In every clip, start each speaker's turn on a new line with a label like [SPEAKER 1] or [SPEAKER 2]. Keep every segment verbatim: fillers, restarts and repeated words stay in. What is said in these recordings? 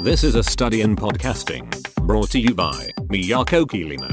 [SPEAKER 1] This is a study in podcasting, brought to you by Miyako Kirino.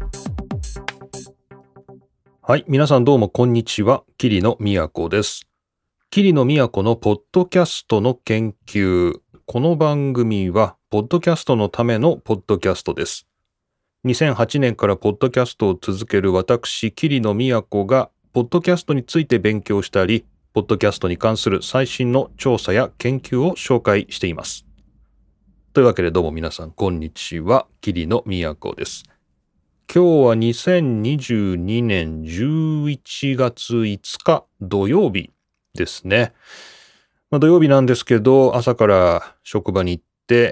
[SPEAKER 2] はい、皆さんどうもこんにちは。桐野都です。桐野都のポッドキャストの研究。この番組は、ポッドキャストのためのポッドキャストです。にせんはちねんからポッドキャストを続ける私、桐野都が、ポッドキャストについて勉強したり、ポッドキャストに関する最新の調査や研究を紹介しています。というわけでどうも皆さん、こんにちは。桐野都です。今日はにせんにじゅうにねんじゅういちがついつか土曜日ですね。まあ、土曜日なんですけど、朝から職場に行って、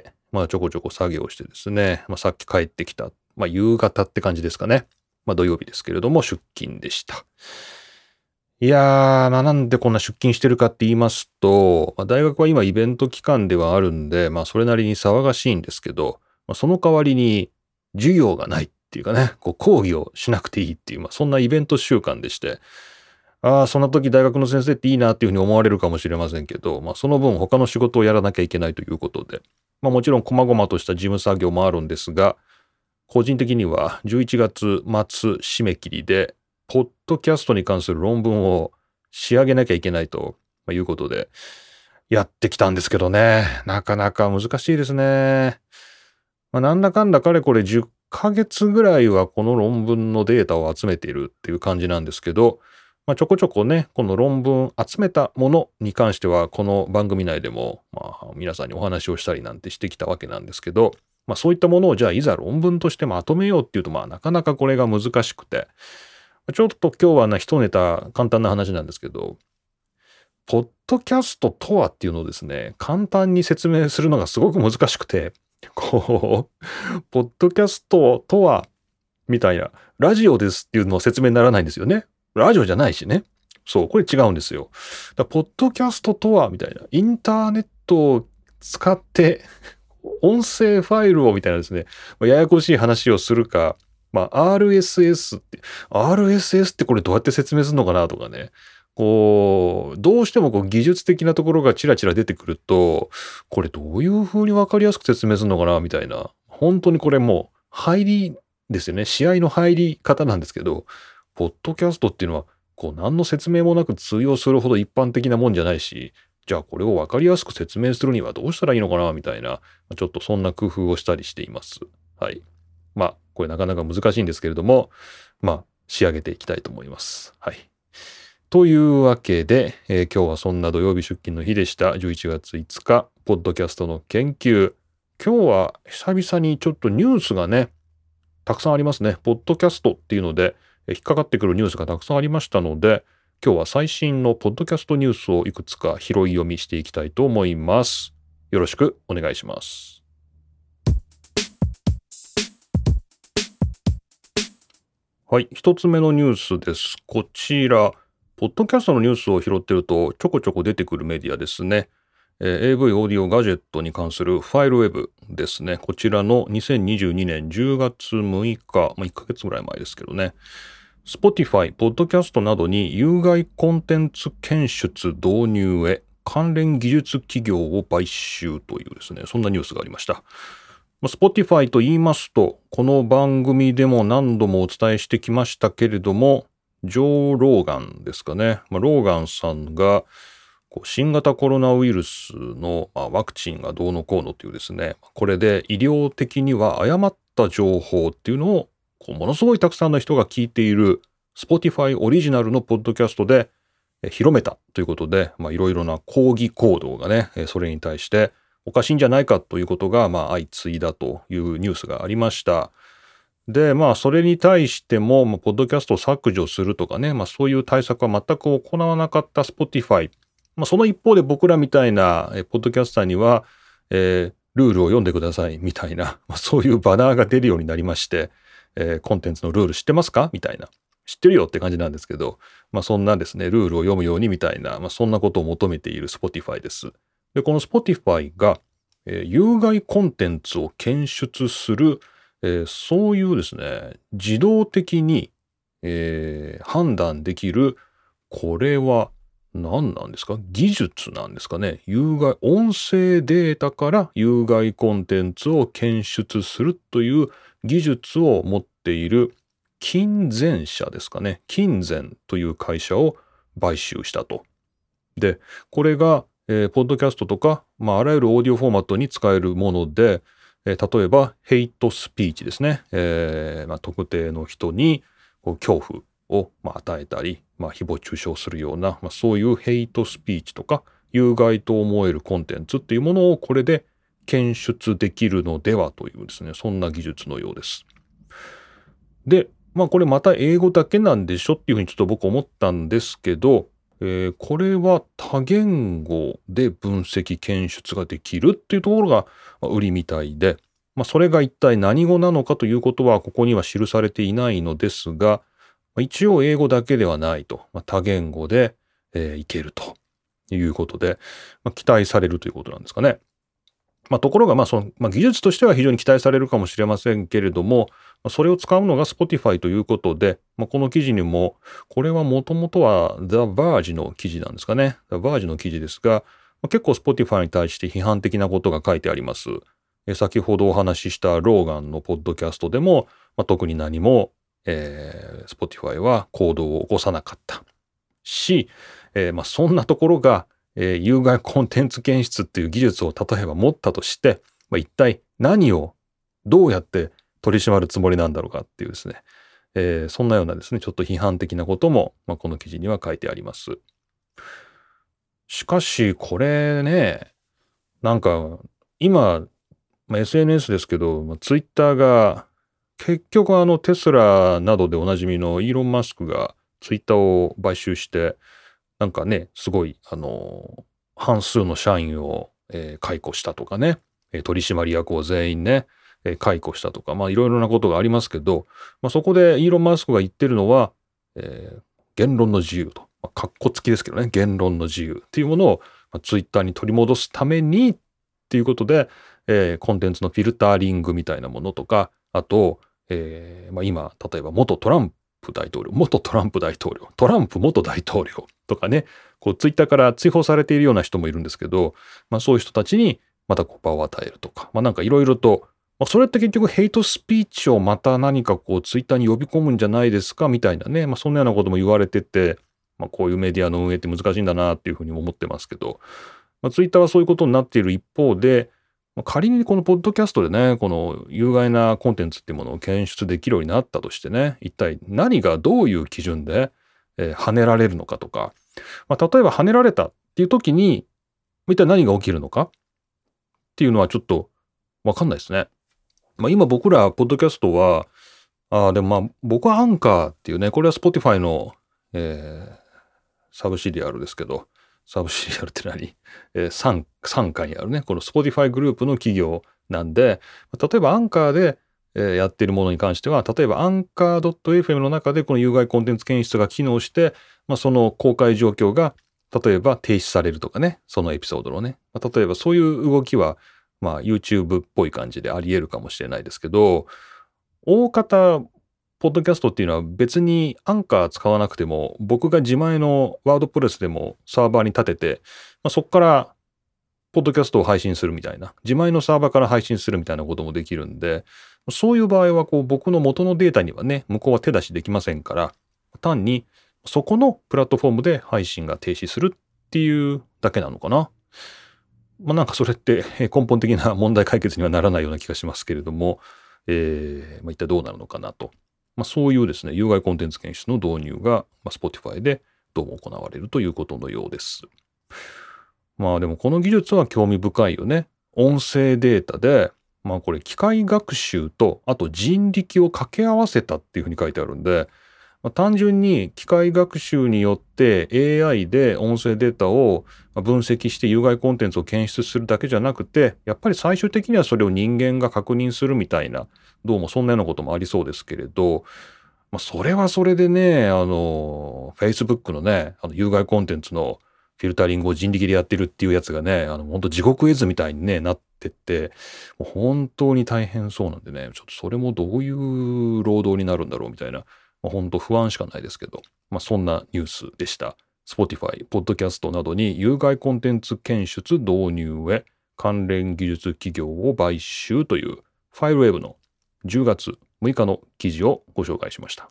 [SPEAKER 2] まあちょこちょこ作業してですね、まあ、さっき帰ってきた、まあ夕方って感じですかね。まあ土曜日ですけれども出勤でした。いやー、まあなんでこんな出勤してるかって言いますと、まあ、大学は今イベント期間ではあるんで、まあそれなりに騒がしいんですけど、まあ、その代わりに授業がないっていうかね、こう講義をしなくていいっていう、まあそんなイベント習慣でして、ああ、そんな時大学の先生っていいなっていうふうに思われるかもしれませんけど、まあその分他の仕事をやらなきゃいけないということで、まあもちろん細々とした事務作業もあるんですが、個人的にはじゅういちがつ末締め切りで、ポッドキャストに関する論文を仕上げなきゃいけないということで、やってきたんですけどね、なかなか難しいですね。まあ、なんだかんだかれこれじゅっかげつぐらいはこの論文のデータを集めているっていう感じなんですけど、まあ、ちょこちょこね、この論文集めたものに関しては、この番組内でも、まあ、皆さんにお話をしたりなんてしてきたわけなんですけど、まあ、そういったものをじゃあいざ論文としてまとめようっていうと、まあ、なかなかこれが難しくて、ちょっと今日はね、一ネタ簡単な話なんですけど、ポッドキャストとはっていうのをですね、簡単に説明するのがすごく難しくて、こう、ポッドキャストとは、みたいな、ラジオですっていうのは説明にならないんですよね。ラジオじゃないしね。そう、これ違うんですよ。だポッドキャストとは、みたいな、インターネットを使って、音声ファイルをみたいなですね、ややこしい話をするか、まあ、アールエスエス って、アールエスエス ってこれどうやって説明するのかなとかね。こう、どうしてもこう技術的なところがチラチラ出てくると、これどういう風にわかりやすく説明するのかなみたいな。本当にこれもう入りですよね。試合の入り方なんですけど、ポッドキャストっていうのは、こう何の説明もなく通用するほど一般的なもんじゃないし、じゃあこれをわかりやすく説明するにはどうしたらいいのかなみたいな、ちょっとそんな工夫をしたりしています。はい。まあ、これなかなか難しいんですけれども、まあ、仕上げていきたいと思います。はい。というわけで、えー、今日はそんな土曜日出勤の日でした。じゅういちがついつか、ポッドキャストの研究。今日は久々にちょっとニュースがね、たくさんありますね。ポッドキャストっていうので、引っかかってくるニュースがたくさんありましたので、今日は最新のポッドキャストニュースをいくつか拾い読みしていきたいと思います。よろしくお願いします。はい、一つ目のニュースです。こちら、ポッドキャストのニュースを拾ってるとちょこちょこ出てくるメディアですね。えー、エーブイ オーディオガジェットに関するファイルウェブですね。こちらのにせんにじゅうにねんじゅうがつむいか、まあ、いっかげつぐらい前ですけどね。Spotify、ポッドキャストなどに有害コンテンツ検出導入へ関連技術企業を買収というですね、そんなニュースがありました。Spotify と言いますと、この番組でも何度もお伝えしてきましたけれども、ジョー・ローガンですかね。まあ、ローガンさんがこう新型コロナウイルスの、まあ、ワクチンがどうのこうのというですね、これで医療的には誤った情報っていうのをこうものすごいたくさんの人が聞いている Spotify オリジナルのポッドキャストで広めたということで、まあ、いろいろな抗議行動がね、それに対しておかしいんじゃないかということが、まあ、相次いだというニュースがありました。で、まあ、それに対しても、まあ、ポッドキャストを削除するとかね、まあ、そういう対策は全く行わなかった Spotify。まあ、その一方で僕らみたいな、えポッドキャスターには、えー、ルールを読んでくださいみたいな、まあ、そういうバナーが出るようになりまして、えー、コンテンツのルール知ってますかみたいな。知ってるよって感じなんですけど、まあ、そんなですね、ルールを読むようにみたいな、まあ、そんなことを求めている Spotify です。で、この Spotify が、えー、有害コンテンツを検出する、えー、そういうですね、自動的に、えー、判断できる、これは何なんですか？技術なんですかね。有害、音声データから有害コンテンツを検出するという技術を持っている金前社ですかね。金前という会社を買収したと。で、これが、えーポッドキャストとか、まあ、あらゆるオーディオフォーマットに使えるもので、えー例えば、ヘイトスピーチですね。えーまあ、特定の人にこう恐怖を、まあ、与えたり、まあ、誹謗中傷するような、まあ、そういうヘイトスピーチとか、有害と思えるコンテンツっていうものをこれで検出できるのではというですね、そんな技術のようです。で、まあこれまた英語だけなんでしょっていうふうにちょっと僕思ったんですけど、えーこれは多言語で分析検出ができるっていうところがまあ売りみたいで、まあそれが一体何語なのかということはここには記されていないのですが、まあ一応英語だけではないと、まあ、多言語で、えーいけるということで、まあ、期待されるということなんですかね。まあ、ところが、まあそのまあ、技術としては非常に期待されるかもしれませんけれども、まあそれを使うのが Spotify ということで、まあ、この記事にも、これはもともとは The Verge の記事なんですかね。The Verge の記事ですが、まあ、結構 Spotify に対して批判的なことが書いてあります。え先ほどお話ししたローガンのポッドキャストでも、まあ、特に何も、えー、Spotify は行動を起こさなかったし、えーまあ、そんなところが、えー有害コンテンツ検出っていう技術を例えば持ったとして、まあ、一体何をどうやって取り締まるつもりなんだろうかっていうですね、えーそんなようなですね、ちょっと批判的なことも、まあ、この記事には書いてあります。しかし、これね、なんか、今、まあ、エスエヌエス ですけど、まあ、ツイッターが、結局あのテスラなどでおなじみのイーロン・マスクがツイッターを買収して、なんかね、すごい、あの、半数の社員を、えー解雇したとかね、えー取締役を全員ね、えー解雇したとか、まあいろいろなことがありますけど、まあそこでイーロン・マスクが言ってるのは、えー言論の自由と、まあ、かっこつきですけどね、言論の自由っていうものを、まあ、ツイッターに取り戻すためにっていうことで、えーコンテンツのフィルターリングみたいなものとか、あと、えーまあ、今、例えば元トランプ大統領、元トランプ大統領、トランプ元大統領とかね、こうツイッターから追放されているような人もいるんですけど、まあそういう人たちにまたこう場を与えるとか、まあなんかいろいろと、まあ、それって結局ヘイトスピーチをまた何かこうツイッターに呼び込むんじゃないですかみたいなね、まあそんなようなことも言われてて、まあこういうメディアの運営って難しいんだなっていうふうにも思ってますけど、まあ、ツイッターはそういうことになっている一方で、まあ仮にこのポッドキャストでね、この有害なコンテンツっていうものを検出できるようになったとしてね、一体何がどういう基準で、えー跳ねられるのかとか、まあ、例えば跳ねられたっていう時に、一体何が起きるのかっていうのはちょっとわかんないですね。まあ、今僕ら、ポッドキャストは、ああ、でもまあ、僕はアンカーっていうね、これは Spotify の、えーサブシリアルですけど、サブシリアルって何、えー、傘傘下にあるね、この Spotify グループの企業なんで、例えばアンカーで、えーやっているものに関しては、例えばアンカー ドットエフエム の中でこの有害コンテンツ検出が機能して、まあ、その公開状況が例えば停止されるとかね、そのエピソードのね、まあ、例えばそういう動きは、まあ YouTube っぽい感じであり得るかもしれないですけど、大方、ポッドキャストっていうのは別にアンカー使わなくても、僕が自前のワードプレスでもサーバーに立てて、まあ、そこからポッドキャストを配信するみたいな、自前のサーバーから配信するみたいなこともできるんで、そういう場合はこう僕の元のデータにはね、向こうは手出しできませんから、単にそこのプラットフォームで配信が停止するっていうだけなのかな。まあなんかそれってえー根本的な問題解決にはならないような気がしますけれども、えーまあ、一体どうなるのかなと。まあ、そういうですね、有害コンテンツ検出の導入が、まあ、Spotify でどうも行われるということのようです。まあでもこの技術は興味深いよね。音声データで、まあこれ機械学習とあと人力を掛け合わせたっていうふうに書いてあるんで、まあ、単純に機械学習によって エーアイ で音声データを分析して有害コンテンツを検出するだけじゃなくて、やっぱり最終的にはそれを人間が確認するみたいな、どうもそんなようなこともありそうですけれど、まあ、それはそれでね、あの、Facebook のね、あの有害コンテンツのフィルタリングを人力でやってるっていうやつがね、あの、本当地獄絵図みたいに、ね、なってって、もう本当に大変そうなんでね、ちょっとそれもどういう労働になるんだろうみたいな、まあ、本当不安しかないですけど、まあ、そんなニュースでした。 Spotify、Podcast などに有害コンテンツ検出導入へ関連技術企業を買収というファイルウェブのじゅうがつむいかの記事をご紹介しました。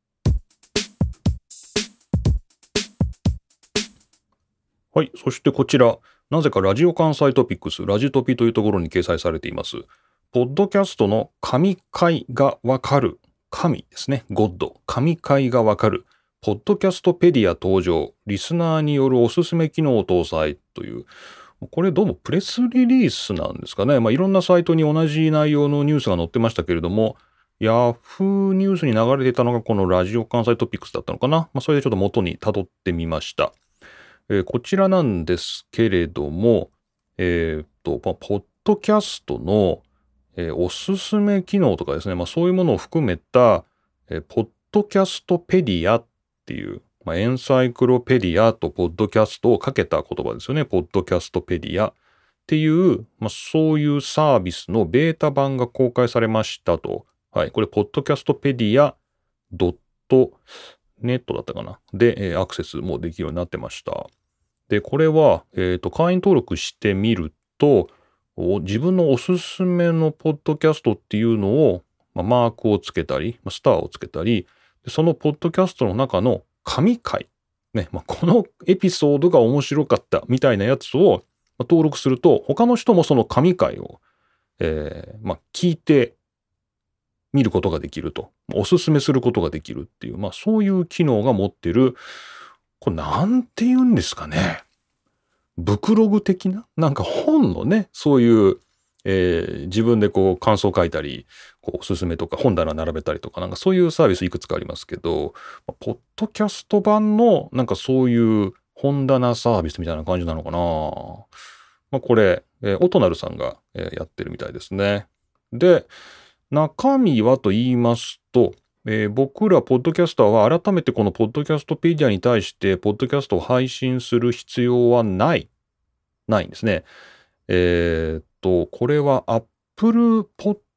[SPEAKER 2] はい。そしてこちら、なぜかラジオ関西トピックス、ラジトピというところに掲載されています。ポッドキャストの神回がわかる。神ですね。ゴッド。神回がわかる。ポッドキャストペディア登場。リスナーによるおすすめ機能を搭載という。これどうもプレスリリースなんですかね。まあ、いろんなサイトに同じ内容のニュースが載ってましたけれども、ヤフーニュースに流れていたのがこのラジオ関西トピックスだったのかな。まあ、それでちょっと元に辿ってみました。えー、こちらなんですけれども、えー、っと、まあ、ポッドキャストの、えー、おすすめ機能とかですね、まあ、そういうものを含めた、えー、ポッドキャストペディアっていう、まあ、エンサイクロペディアとポッドキャストをかけた言葉ですよね。ポッドキャストペディアっていう、まあ、そういうサービスのベータ版が公開されましたと。はい。これ、ポッドキャストペディアドットネットだったかな。で、えー、アクセスもできるようになってました。で、これは、えっと、会員登録してみると、自分のおすすめのポッドキャストっていうのを、まあ、マークをつけたり、スターをつけたり、そのポッドキャストの中の神回、ね、まあ、このエピソードが面白かったみたいなやつを登録すると、他の人もその神回を、えー、まあ、聞いて見ることができると。おすすめすることができるっていう、まあそういう機能が持ってる、これなんて言うんですかね。ブクログ的ななんか本のね、そういう、えー、自分でこう感想書いたり、こうおすすめとか本棚並べたりとか、なんかそういうサービスいくつかありますけど、ポッドキャスト版のなんかそういう本棚サービスみたいな感じなのかな。まあこれ、えー、オトナルさんが、えー、やってるみたいですね。で、中身はと言いますと、えー、僕らポッドキャスターは改めてこのポッドキャストペディアに対してポッドキャストを配信する必要はない。ないんですね。えー、っと、これは Apple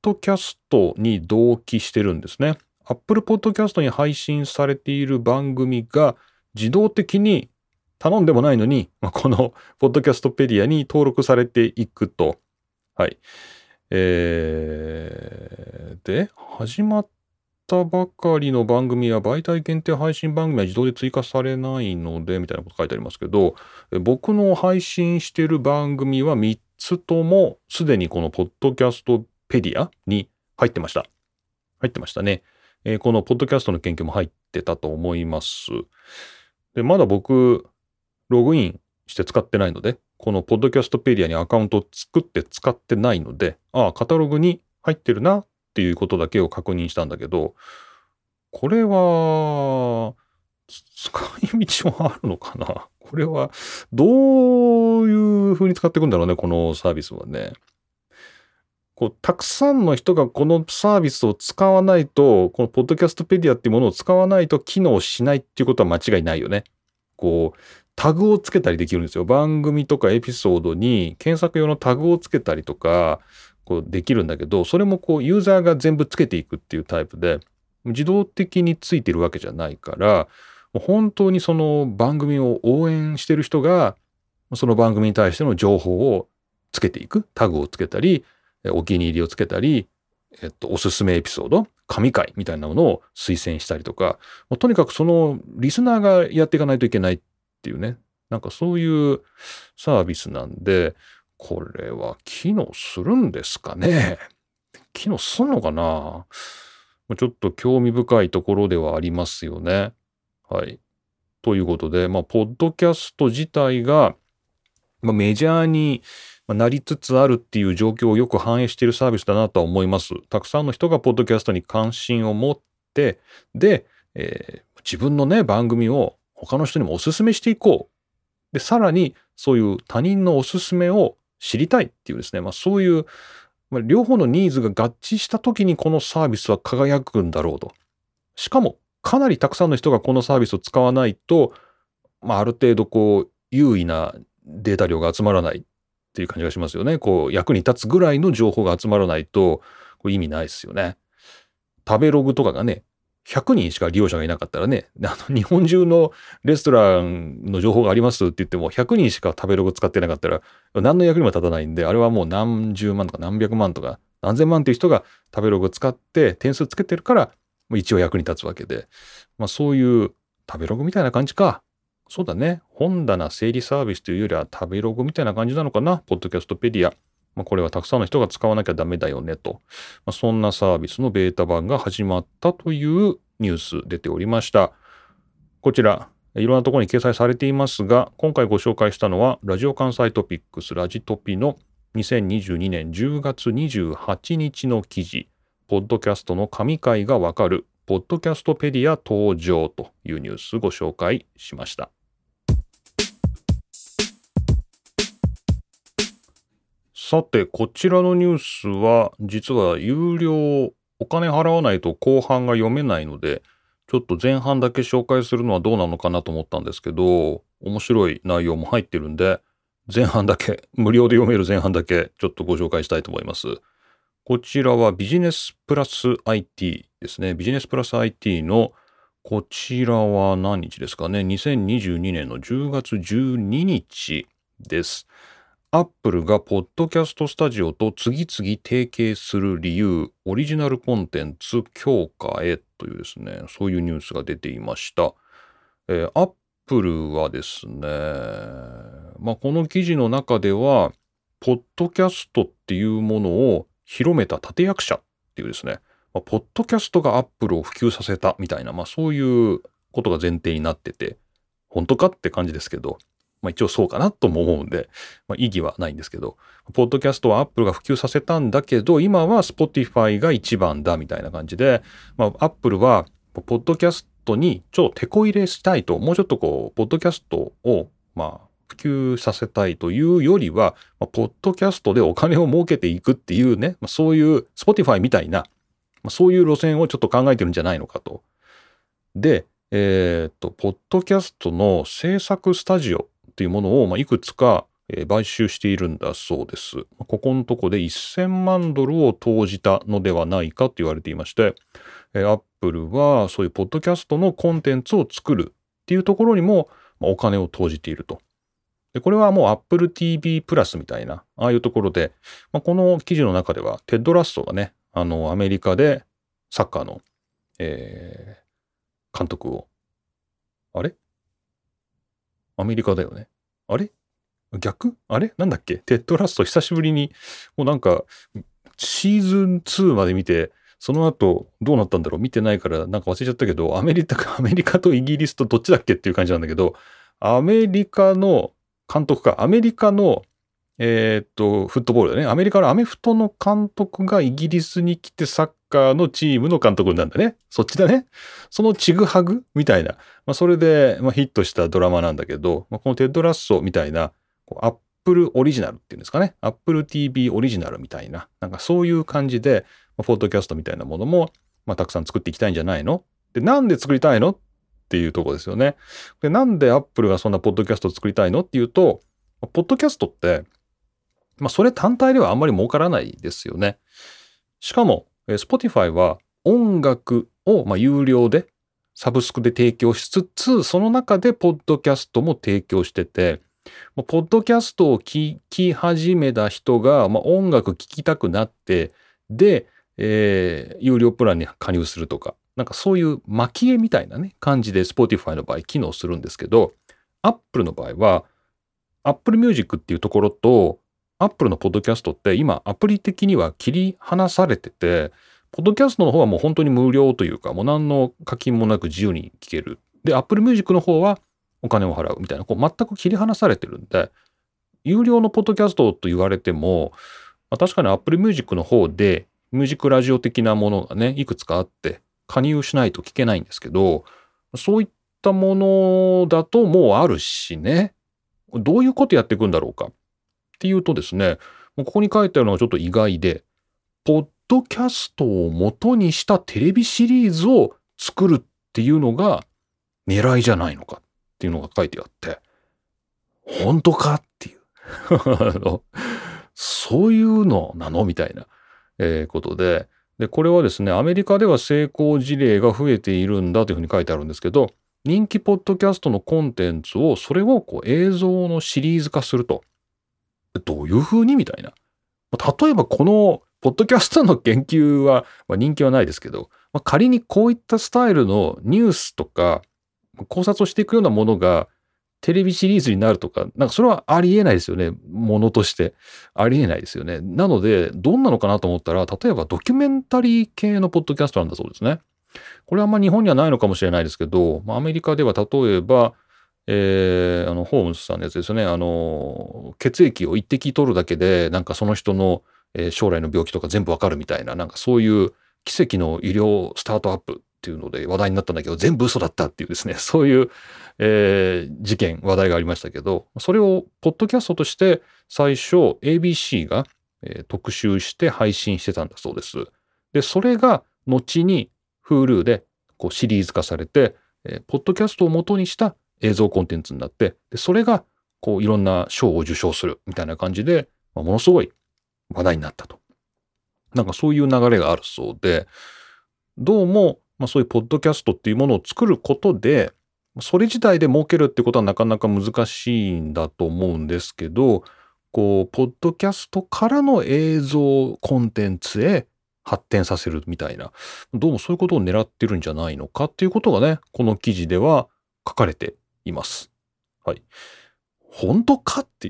[SPEAKER 2] Podcast に同期してるんですね。Apple Podcast に配信されている番組が自動的に頼んでもないのに、このポッドキャストペディアに登録されていくと。はい。えー、で、始まったばかりの番組や媒体限定配信番組は自動で追加されないので、みたいなこと書いてありますけど、僕の配信している番組はみっつともすでにこのポッドキャストペディアに入ってました。入ってましたね。えー、このポッドキャストの研究も入ってたと思います。で、まだ僕、ログインして使ってないので、このポッドキャストペディアにアカウントを作って使ってないので、ああ、カタログに入ってるなっていうことだけを確認したんだけど、これは、使い道はあるのかな？これは、どういう風に使っていくんだろうね、このサービスはね。こう、たくさんの人がこのサービスを使わないと、このポッドキャストペディアっていうものを使わないと機能しないっていうことは間違いないよね。こう、タグをつけたりできるんですよ。番組とかエピソードに検索用のタグをつけたりとか、こうできるんだけど、それもこうユーザーが全部つけていくっていうタイプで、自動的についてるわけじゃないから、本当にその番組を応援してる人が、その番組に対しての情報をつけていく、タグをつけたり、お気に入りをつけたり、えっと、おすすめエピソード、神回みたいなものを推薦したりとか、もうとにかくそのリスナーがやっていかないといけないっていうね、なんかそういうサービスなんで、これは機能するんですかね？機能すんのかな？ちょっと興味深いところではありますよね。はい。ということで、まあ、ポッドキャスト自体が、まあ、メジャーになりつつあるっていう状況をよく反映しているサービスだなとは思います。たくさんの人がポッドキャストに関心を持って、で、えー、自分のね、番組を他の人にもおすすめしていこう。で、さらにそういう他人のおすすめを知りたいっていうですね、まあそういう、まあ、両方のニーズが合致した時にこのサービスは輝くんだろうと。しかも、かなりたくさんの人がこのサービスを使わないと、まあある程度こう、優位なデータ量が集まらないっていう感じがしますよね。こう、役に立つぐらいの情報が集まらないと、これ意味ないですよね。食べログとかがね、 ひゃくにんしか利用者がいなかったらね、あの日本中のレストランの情報がありますって言ってもひゃくにんしか食べログ使ってなかったら何の役にも立たないんで、あれはもう何十万とか何百万とか何千万っていう人が食べログ使って点数つけてるから一応役に立つわけで、まあそういう食べログみたいな感じか。そうだね。本棚整理サービスというよりは食べログみたいな感じなのかな。ポッドキャストペディア。まあ、これはたくさんの人が使わなきゃダメだよねと。まあ、そんなサービスのベータ版が始まったというニュース出ておりました。こちら、いろんなところに掲載されていますが、今回ご紹介したのは、ラジオ関西トピックスラジトピのにせんにじゅうにねんじゅうがつにじゅうはちにちの記事、ポッドキャストの神回がわかる、ポッドキャストペディア登場というニュースご紹介しました。さて、こちらのニュースは、実は有料、お金払わないと後半が読めないので、ちょっと前半だけ紹介するのはどうなのかなと思ったんですけど、面白い内容も入ってるんで、前半だけ、無料で読める前半だけ、ちょっとご紹介したいと思います。こちらはビジネスプラス アイティー ですね。ビジネスプラス アイティー の、こちらは何日ですかね。にせんにじゅうにねんのじゅうがつじゅうににちです。アップルがポッドキャストスタジオと次々提携する理由、オリジナルコンテンツ強化へというですね、そういうニュースが出ていました。えー、アップルはですね、まあ、この記事の中では、ポッドキャストっていうものを広めた立役者っていうですね、まあ、ポッドキャストがアップルを普及させたみたいな、まあ、そういうことが前提になってて、本当かって感じですけど、まあ一応そうかなとも思うんで、まあ意義はないんですけど、ポッドキャストは Apple が普及させたんだけど、今は Spotify が一番だみたいな感じで、まあ Apple はポッドキャストにちょっと手こ入れしたいと、もうちょっとこう、ポッドキャストをまあ普及させたいというよりは、まあ、ポッドキャストでお金を儲けていくっていうね、まあ、そういう Spotify みたいな、まあ、そういう路線をちょっと考えてるんじゃないのかと。で、えっと、ポッドキャストの制作スタジオというものを、まあ、いくつか、えー、買収しているんだそうです。ここのとこでせんまんドルを投じたのではないかと言われていまして、えー、Apple はそういうポッドキャストのコンテンツを作るっていうところにも、まあ、お金を投じていると。で、これはもう Apple ティーブイ プラスみたいな、ああいうところで、まあ、この記事の中では、テッド・ラッソがね、あの、アメリカでサッカーの、えー、監督を、あれアメリカだよね。あれ逆あれなんだっけテッドラスト久しぶりに、もうなんか、シーズンツーまで見て、その後どうなったんだろう見てないからなんか忘れちゃったけど、アメリカ、アメリカとイギリスとどっちだっけっていう感じなんだけど、アメリカの監督か、アメリカの、えー、っと、フットボールだね。アメリカのアメフトの監督がイギリスに来てサッカーのチームの監督なんだね。そっちだね。そのちぐはぐみたいな。まあ、それで、まあ、ヒットしたドラマなんだけど、まあ、このテッドラッソみたいな、アップルオリジナルっていうんですかね。Apple ティーブイ オリジナルみたいな。なんかそういう感じで、まあ、ポッドキャストみたいなものも、まあ、たくさん作っていきたいんじゃないので、なんで作りたいのっていうところですよね。で、なんで Apple がそんなポッドキャストを作りたいのっていうと、ポッドキャストって、まあ、それ単体ではあんまり儲からないですよね。しかも、Spotify は音楽をまあ有料で、サブスクで提供しつつ、その中でポッドキャストも提供してて、ポッドキャストを聴き始めた人が、まあ、音楽聴きたくなって、で、えー、有料プランに加入するとか、なんかそういう蒔絵みたいなね、感じで Spotify の場合機能するんですけど、Apple の場合は、Apple Music っていうところと、Apple のポッドキャストって今アプリ的には切り離されてて、ポッドキャストの方はもう本当に無料というか、もう何の課金もなく自由に聴ける。で、Apple Music の方はお金を払うみたいな、こう全く切り離されてるんで、有料のポッドキャストと言われても、まあ、確かに Apple Music の方でミュージックラジオ的なものがね、いくつかあって加入しないと聞けないんですけど、そういったものだともうあるしね、どういうことやっていくんだろうかっていうとですね、ここに書いてあるのがちょっと意外で、ポッドキャストを元にしたテレビシリーズを作るっていうのが狙いじゃないのかっていうのが書いてあって、本当かっていうそういうのなのみたいな、えー、ことで、 で、これはですね、アメリカでは成功事例が増えているんだというふうに書いてあるんですけど、人気ポッドキャストのコンテンツを、それをこう映像のシリーズ化すると。どういうふうにみたいな。例えばこのポッドキャストの研究は、まあ、人気はないですけど、まあ、仮にこういったスタイルのニュースとか考察をしていくようなものがテレビシリーズになるとか、なんかそれはありえないですよね。ものとして。ありえないですよね。なので、どんなのかなと思ったら、例えばドキュメンタリー系のポッドキャストなんだそうですね。これはあんま日本にはないのかもしれないですけど、まあ、アメリカでは例えば、えー、あの、ホームズさんのやつですよね。あの、血液を一滴取るだけで、なんかその人の、えー将来の病気とか全部わかるみたいな、なんかそういう奇跡の医療スタートアップっていうので話題になったんだけど、全部嘘だったっていうですね、そういう、えー事件、話題がありましたけど、それをポッドキャストとして最初 エービーシー が、えー特集して配信してたんだそうです。で、それが後に Hulu でこうシリーズ化されて、えーポッドキャストを元にした映像コンテンツになって、でそれがこういろんな賞を受賞するみたいな感じで、まあものすごい話題になったと。なんかそういう流れがあるそうで、どうも、まあ、そういうポッドキャストっていうものを作ることで、それ自体で儲けるってことはなかなか難しいんだと思うんですけど、こう、ポッドキャストからの映像コンテンツへ発展させるみたいな、どうもそういうことを狙ってるんじゃないのかっていうことがね、この記事では書かれています。はい。本当かっていう。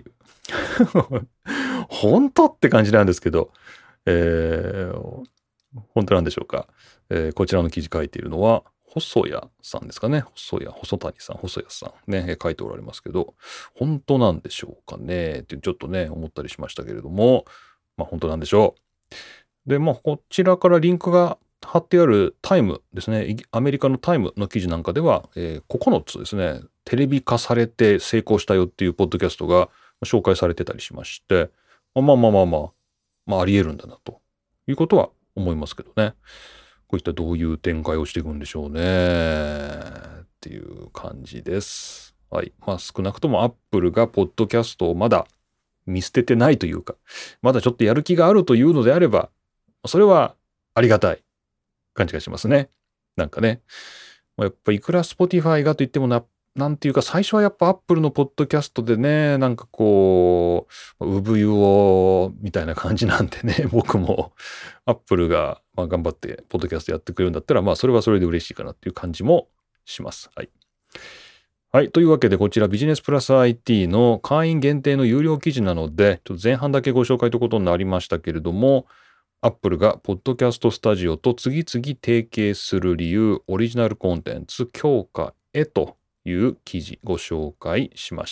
[SPEAKER 2] 本当って感じなんですけど、えー本当なんでしょうか。えーこちらの記事書いているのは、細谷さんですかね。細谷、細谷さん、細谷さんね、えー書いておられますけど、本当なんでしょうかねってちょっとね、思ったりしましたけれども、まあ本当なんでしょう。で、まあこちらからリンクが貼ってあるタイムですね。イギアメリカのタイムの記事なんかでは、えーここのつですね、テレビ化されて成功したよっていうポッドキャストが紹介されてたりしまして、まあまあまあまあまあ、まああり得るんだなということは思いますけどね。こういったどういう展開をしていくんでしょうねっていう感じです。はい。まあ少なくともアップルがポッドキャストをまだ見捨ててないというか、まだちょっとやる気があるというのであれば、それはありがたい感じがしますね。なんかね。やっぱいくら Spotify がと言ってもな、なんていうか最初はやっぱ Apple のポッドキャストでね、なんかこう、産湯をみたいな感じなんでね、僕も Apple がまあ頑張ってポッドキャストやってくれるんだったら、まあそれはそれで嬉しいかなっていう感じもします。はい。はい。というわけで、こちらビジネスプラス アイティー の会員限定の有料記事なので、ちょっと前半だけご紹介ということになりましたけれども、アップルがポッドキャストスタジオと次々提携する理由、オリジナルコンテンツ強化へという記事ご紹介しました。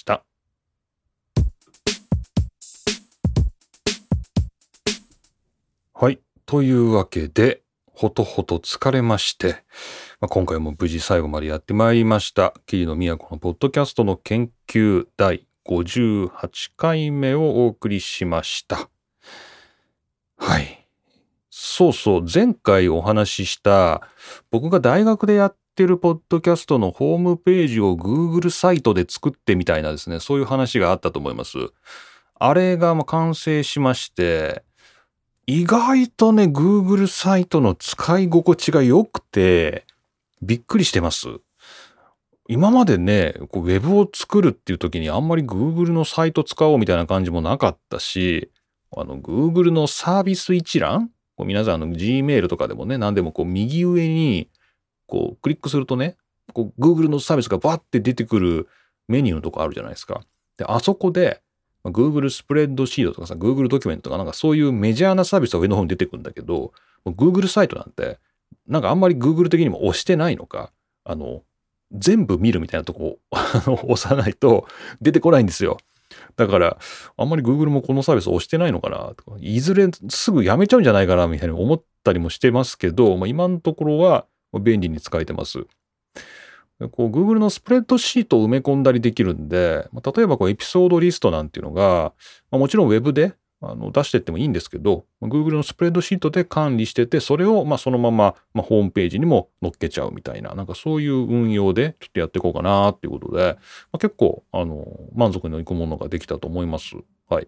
[SPEAKER 2] はい。というわけで、ほとほと疲れまして、まあ、今回も無事最後までやってまいりました。桐野都のポッドキャストの研究第ごじゅうはちかいめをお送りしました。はい。そうそう、前回お話しした、僕が大学でやってるポッドキャストのホームページを Google サイトで作ってみたいなですね、そういう話があったと思います。あれがまあ完成しまして、意外とね、Google サイトの使い心地が良くて、びっくりしてます。今までね、こうウェブを作るっていう時にあんまり Google のサイト使おうみたいな感じもなかったし、あの Google のサービス一覧、こう皆さんあの Gmail とかでもね、何でもこう右上にこうクリックするとね、こう Google のサービスがバッて出てくるメニューのとこあるじゃないですか。で、あそこで Google スプレッドシートとかさ、Google ドキュメントとかなんかそういうメジャーなサービスは上の方に出てくるんだけど、Google サイトなんてなんかあんまり Google 的にも押してないのか、あの、全部見るみたいなとこを押さないと出てこないんですよ。だから、あんまり Google もこのサービス押してないのかなとか、いずれすぐやめちゃうんじゃないかなみたいに思ったりもしてますけど、まあ、今のところは便利に使えてます。こう Google のスプレッドシートを埋め込んだりできるんで、まあ、例えばこうエピソードリストなんていうのが、まあ、もちろん Web であの出してってもいいんですけど、Google のスプレッドシートで管理してて、それをまあそのまま、まあ、ホームページにも載っけちゃうみたいな、なんかそういう運用でちょっとやっていこうかなっていうことで、まあ、結構あの満足のいくものができたと思います。はい。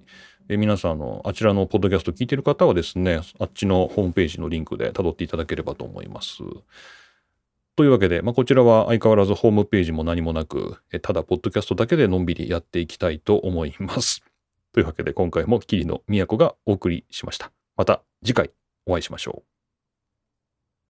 [SPEAKER 2] え皆さんのあちらのポッドキャスト聞いてる方はですね、あっちのホームページのリンクで辿っていただければと思います。というわけで、まあ、こちらは相変わらずホームページも何もなく、えただポッドキャストだけでのんびりやっていきたいと思います。というわけで今回も桐野都がお送りしました。また次回お会いしましょう。